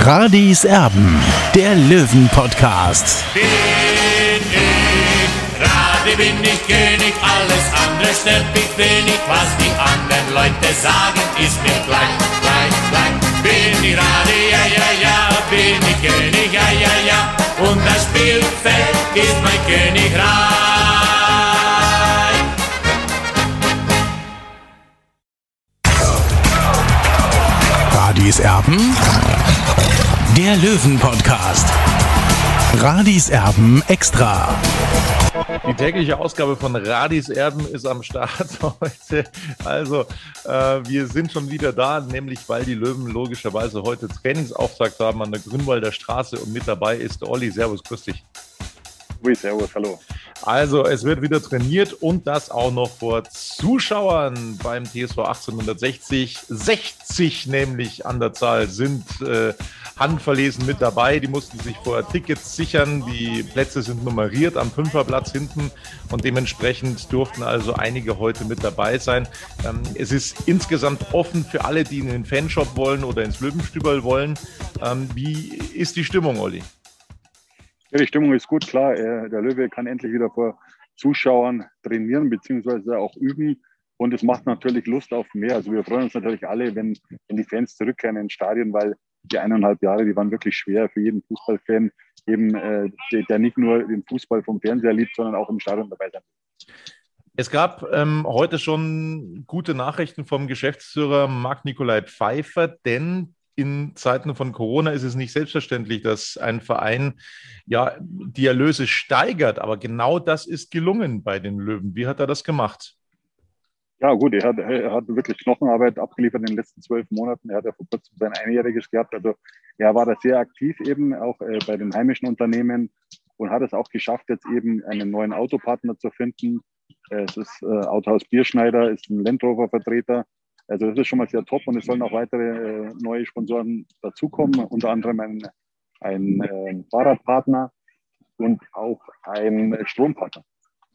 Radis Erben, der Löwen-Podcast. Bin ich König, alles andere stört mich wenig. Was die anderen Leute sagen, ist mir gleich. Bin ich Radi, ja, bin ich König, ja. Und das Spielfeld ist mein Königreich. Radis Erben, der Löwen-Podcast. Radis Erben extra. Die tägliche Ausgabe von Radis Erben ist am Start heute. Also, wir sind schon wieder da, nämlich weil die Löwen logischerweise heute Trainingsauftakt haben an der Grünwalder Straße und mit dabei ist Olli. Servus, grüß dich. Oui, servus, hallo. Also, es wird wieder trainiert und das auch noch vor Zuschauern beim TSV 1860. 60 nämlich an der Zahl sind handverlesen mit dabei. Die mussten sich vorher Tickets sichern. Die Plätze sind nummeriert am Fünferplatz hinten und dementsprechend durften also einige heute mit dabei sein. Es ist insgesamt offen für alle, die in den Fanshop wollen oder ins Löwenstüberl wollen. Wie ist die Stimmung, Olli? Ja, die Stimmung ist gut, klar. Der Löwe kann endlich wieder vor Zuschauern trainieren bzw. auch üben. Und es macht natürlich Lust auf mehr. Also wir freuen uns natürlich alle, wenn die Fans zurückkehren ins Stadion, weil die 1,5 Jahre, die waren wirklich schwer für jeden Fußballfan, eben der nicht nur den Fußball vom Fernseher liebt, sondern auch im Stadion dabei sein. Es gab heute schon gute Nachrichten vom Geschäftsführer Marc-Nicolai Pfeiffer, denn in Zeiten von Corona ist es nicht selbstverständlich, dass ein Verein ja die Erlöse steigert, aber genau das ist gelungen bei den Löwen. Wie hat er das gemacht? Ja gut, er hat wirklich Knochenarbeit abgeliefert in den letzten 12 Monaten. Er hat ja vor kurzem sein Einjähriges gehabt. Also er war da sehr aktiv eben auch bei den heimischen Unternehmen und hat es auch geschafft, jetzt eben einen neuen Autopartner zu finden. Es ist Autohaus Bierschneider, ist ein Land Rover Vertreter. Also das ist schon mal sehr top und es sollen auch weitere neue Sponsoren dazukommen, unter anderem ein Fahrradpartner und auch ein Strompartner.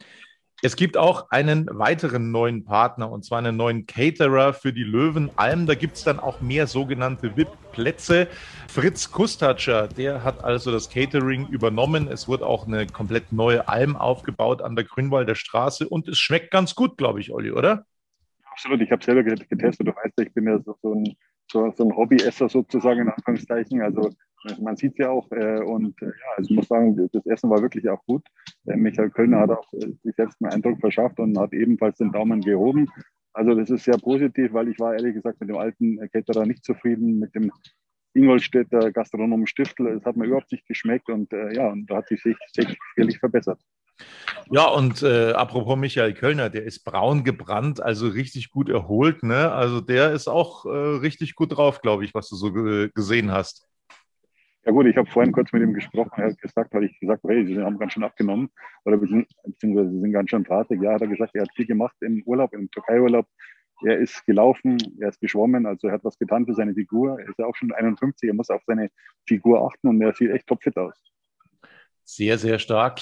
Es gibt auch einen weiteren neuen Partner, und zwar einen neuen Caterer für die Löwenalm. Da gibt es dann auch mehr sogenannte VIP-Plätze. Fritz Kustatscher, der hat also das Catering übernommen. Es wurde auch eine komplett neue Alm aufgebaut an der Grünwalder Straße und es schmeckt ganz gut, glaube ich, Olli, oder? Absolut, ich habe selber getestet. Du weißt ja, ich bin ja so ein Hobbyesser sozusagen, in Anführungszeichen. Also man sieht es ja auch. Also ich muss sagen, das Essen war wirklich auch gut. Michael Kölner hat auch sich selbst einen Eindruck verschafft und hat ebenfalls den Daumen gehoben. Also das ist sehr positiv, weil ich war ehrlich gesagt mit dem alten Caterer nicht zufrieden, mit dem Ingolstädter Gastronom Stiftel. Es hat mir überhaupt nicht geschmeckt und und da hat sich sicherlich verbessert. Ja, und apropos Michael Kölner, der ist braun gebrannt, also richtig gut erholt, ne? Also der ist auch richtig gut drauf, glaube ich, was du so gesehen hast. Ja gut, ich habe vorhin kurz mit ihm gesprochen. Er hat gesagt, weil ich gesagt habe, hey, Sie haben ganz schön abgenommen oder beziehungsweise Sie sind ganz schön drahtig. Ja, hat er gesagt, er hat viel gemacht im Urlaub, im Türkei-Urlaub. Er ist gelaufen, er ist geschwommen, also er hat was getan für seine Figur. Er ist ja auch schon 51, er muss auf seine Figur achten und er sieht echt topfit aus. Sehr, sehr stark.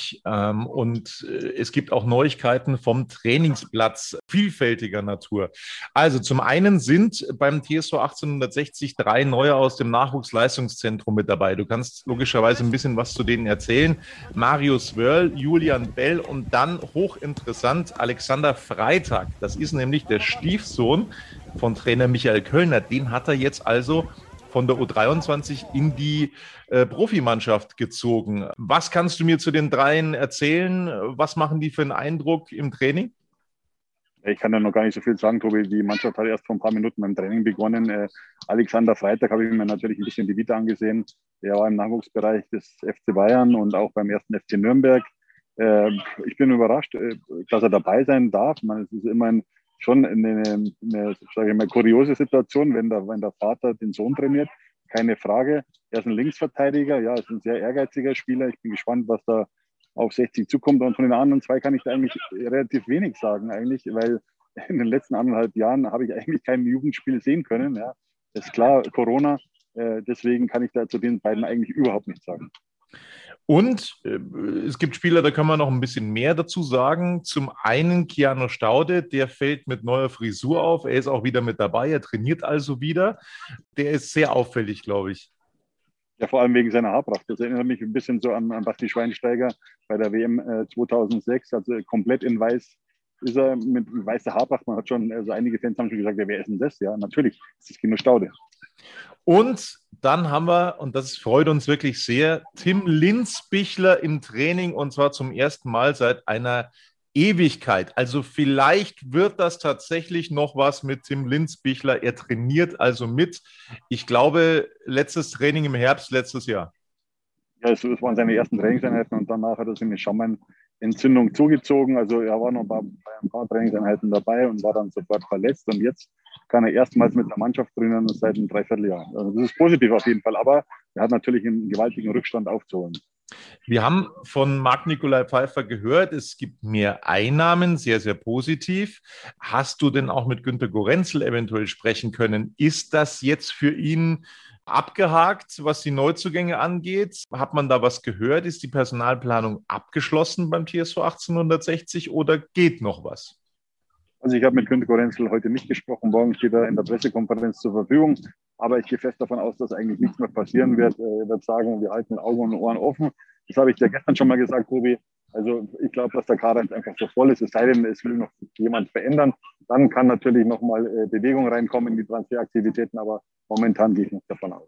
Es gibt auch Neuigkeiten vom Trainingsplatz vielfältiger Natur. Also zum einen sind beim TSV 1860 3 neue aus dem Nachwuchsleistungszentrum mit dabei. Du kannst logischerweise ein bisschen was zu denen erzählen. Marius Wörl, Julian Bell und dann hochinteressant Alexander Freitag. Das ist nämlich der Stiefsohn von Trainer Michael Kölner. Den hat er jetzt also von der U23 in die Profimannschaft gezogen. Was kannst du mir zu den dreien erzählen? Was machen die für einen Eindruck im Training? Ich kann ja noch gar nicht so viel sagen, Tobi. Die Mannschaft hat erst vor ein paar Minuten beim Training begonnen. Alexander Freitag habe ich mir natürlich ein bisschen die Vita angesehen. Der war im Nachwuchsbereich des FC Bayern und auch beim ersten FC Nürnberg. Ich bin überrascht, dass er dabei sein darf. Es ist immerhin schon eine sage ich mal, kuriose Situation, wenn der Vater den Sohn trainiert. Keine Frage. Er ist ein Linksverteidiger, ja, ist ein sehr ehrgeiziger Spieler. Ich bin gespannt, was da auf 60 zukommt. Und von den anderen zwei kann ich da eigentlich relativ wenig sagen, eigentlich, weil in den letzten 1,5 Jahren habe ich eigentlich kein Jugendspiel sehen können. Ja. Ist klar, Corona, deswegen kann ich da zu den beiden eigentlich überhaupt nichts sagen. Und es gibt Spieler, da kann man noch ein bisschen mehr dazu sagen. Zum einen Keanu Staude, der fällt mit neuer Frisur auf. Er ist auch wieder mit dabei, er trainiert also wieder. Der ist sehr auffällig, glaube ich. Ja, vor allem wegen seiner Haarpracht. Das erinnert mich ein bisschen so an Basti Schweinsteiger bei der WM 2006. Also komplett in weiß ist er mit weißer Haarpracht. Man hat schon, also einige Fans haben schon gesagt, ja, wer ist denn das? Ja, natürlich, das ist Kino Staude. Und dann haben wir, und das freut uns wirklich sehr, Tim Linzbichler im Training, und zwar zum ersten Mal seit einer Ewigkeit. Also vielleicht wird das tatsächlich noch was mit Tim Linzbichler. Er trainiert also mit. Ich glaube, letztes Training im Herbst letztes Jahr. Ja, es waren seine ersten Trainingseinheiten und danach hat er sich eine Schaumweinentzündung zugezogen. Also er war noch bei ein paar Trainingseinheiten dabei und war dann sofort verletzt. Und jetzt kann er erstmals mit der Mannschaft trainieren seit einem Dreivierteljahr. Also das ist positiv auf jeden Fall, aber er hat natürlich einen gewaltigen Rückstand aufzuholen. Wir haben von Marc-Nikolai Pfeiffer gehört, es gibt mehr Einnahmen, sehr, sehr positiv. Hast du denn auch mit Günter Gorenzel eventuell sprechen können? Ist das jetzt für ihn abgehakt, was die Neuzugänge angeht? Hat man da was gehört? Ist die Personalplanung abgeschlossen beim TSV 1860 oder geht noch was? Also ich habe mit Günter Gorenzel heute nicht gesprochen, morgen steht er in der Pressekonferenz zur Verfügung, aber ich gehe fest davon aus, dass eigentlich nichts mehr passieren wird. Er wird sagen, wir halten Augen und Ohren offen. Das habe ich dir gestern schon mal gesagt, Tobi. Also ich glaube, dass der Kader jetzt einfach so voll ist, es sei denn, es will noch jemand verändern. Dann kann natürlich nochmal Bewegung reinkommen in die Transferaktivitäten, aber momentan gehe ich nicht davon aus.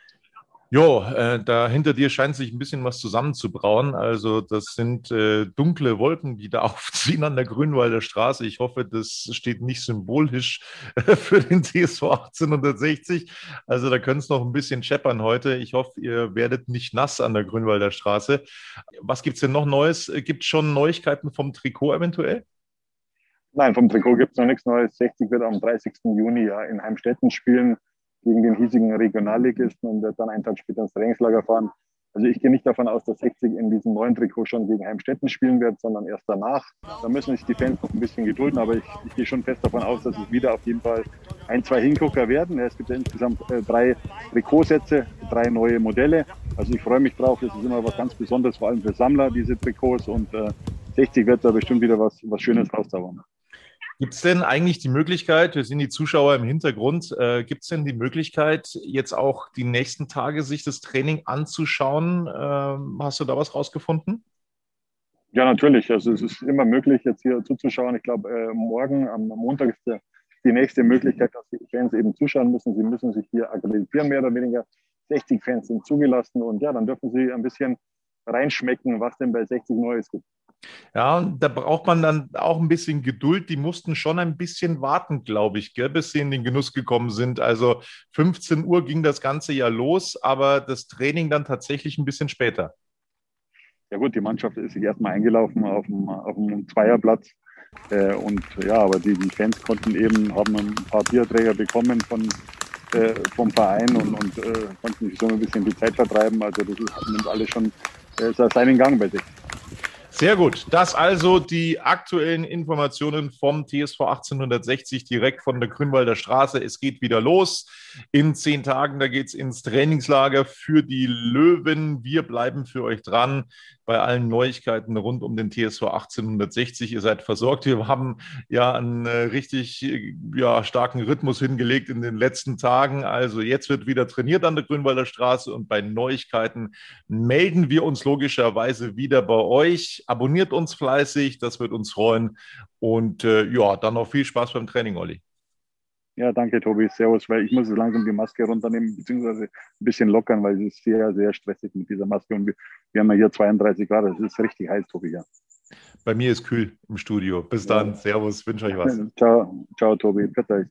Jo, da hinter dir scheint sich ein bisschen was zusammenzubrauen. Also das sind dunkle Wolken, die da aufziehen an der Grünwalder Straße. Ich hoffe, das steht nicht symbolisch für den TSV 1860. Also da könnte es noch ein bisschen scheppern heute. Ich hoffe, ihr werdet nicht nass an der Grünwalder Straße. Was gibt es denn noch Neues? Gibt es schon Neuigkeiten vom Trikot eventuell? Nein, vom Trikot gibt es noch nichts Neues. 60 wird am 30. Juni ja in Heimstetten spielen gegen den hiesigen Regionalligisten und wird dann einen Tag später ins Trainingslager fahren. Also ich gehe nicht davon aus, dass 60 in diesem neuen Trikot schon gegen Heimstetten spielen wird, sondern erst danach. Da müssen sich die Fans noch ein bisschen gedulden, aber ich gehe schon fest davon aus, dass es wieder auf jeden Fall 1-2 Hingucker werden. Es gibt ja insgesamt 3 Trikotsätze, 3 neue Modelle. Also ich freue mich drauf, das ist immer was ganz Besonderes, vor allem für Sammler, diese Trikots, und 60 wird da bestimmt wieder was Schönes rauszaubern. Gibt es denn eigentlich die Möglichkeit, wir sind die Zuschauer im Hintergrund, gibt es denn die Möglichkeit, jetzt auch die nächsten Tage sich das Training anzuschauen? Hast du da was rausgefunden? Ja, natürlich. Also es ist immer möglich, jetzt hier zuzuschauen. Ich glaube, morgen, am Montag ist die nächste Möglichkeit, dass die Fans eben zuschauen müssen. Sie müssen sich hier akkreditieren, mehr oder weniger. 60 Fans sind zugelassen und ja, dann dürfen sie ein bisschen reinschmecken, was denn bei 60 Neues gibt. Ja, und da braucht man dann auch ein bisschen Geduld. Die mussten schon ein bisschen warten, glaube ich, gell, bis sie in den Genuss gekommen sind. Also 15 Uhr ging das Ganze ja los, aber das Training dann tatsächlich ein bisschen später. Ja gut, die Mannschaft ist sich erstmal eingelaufen auf dem Zweierplatz. Und ja, aber die Fans haben ein paar Bierträger bekommen vom Verein und konnten sich so ein bisschen die Zeit vertreiben. Also das nimmt alles schon seinen Gang bei sich. Sehr gut. Das also die aktuellen Informationen vom TSV 1860 direkt von der Grünwalder Straße. Es geht wieder los. In 10 Tagen, da geht es ins Trainingslager für die Löwen. Wir bleiben für euch dran bei allen Neuigkeiten rund um den TSV 1860. Ihr seid versorgt. Wir haben ja einen richtig starken Rhythmus hingelegt in den letzten Tagen. Also jetzt wird wieder trainiert an der Grünwalder Straße und bei Neuigkeiten melden wir uns logischerweise wieder bei euch. Abonniert uns fleißig, das wird uns freuen. Und dann noch viel Spaß beim Training, Olli. Ja, danke, Tobi. Servus, weil ich muss jetzt langsam die Maske runternehmen, beziehungsweise ein bisschen lockern, weil es ist sehr, sehr stressig mit dieser Maske. Und wir haben ja hier 32 Grad, das ist richtig heiß, Tobi, ja. Bei mir ist kühl im Studio. Bis dann, Servus, wünsche euch was. Ciao, Tobi. Bis euch.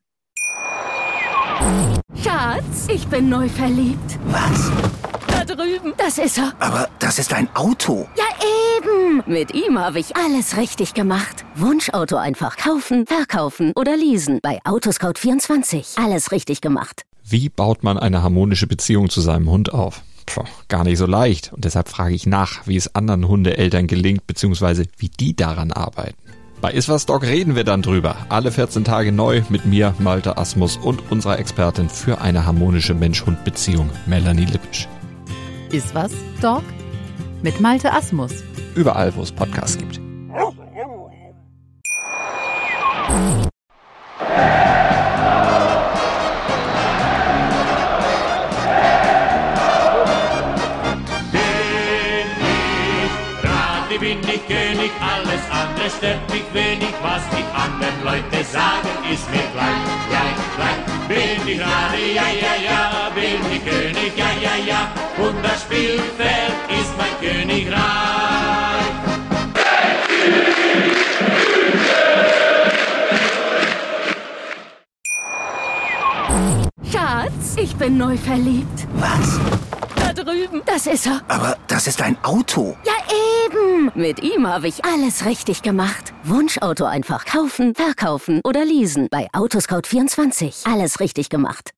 Schatz, ich bin neu verliebt. Was? Da drüben. Das ist er. Aber das ist ein Auto. Ja, eben. Mit ihm habe ich alles richtig gemacht. Wunschauto einfach kaufen, verkaufen oder leasen. Bei Autoscout24. Alles richtig gemacht. Wie baut man eine harmonische Beziehung zu seinem Hund auf? Gar nicht so leicht. Und deshalb frage ich nach, wie es anderen Hundeeltern gelingt, beziehungsweise wie die daran arbeiten. Bei Iswas Dog reden wir dann drüber. Alle 14 Tage neu mit mir, Malte Asmus, und unserer Expertin für eine harmonische Mensch-Hund-Beziehung, Melanie Lippisch. Iswas Dog mit Malte Asmus. Überall, wo es Podcasts gibt. Radi bin ich König, alles andere stört mich wenig. Was die anderen Leute sagen, ist mir gleich, gleich, gleich. Bin ich Radi, ja, ja, ja, bin ich König, ja, ja, ja. Und das Spielfeld ist mein Königreich. Schatz, ich bin neu verliebt. Was? Da drüben. Das ist er. Aber das ist ein Auto. Ja, eben. Mit ihm habe ich alles richtig gemacht. Wunschauto einfach kaufen, verkaufen oder leasen. Bei Autoscout24. Alles richtig gemacht.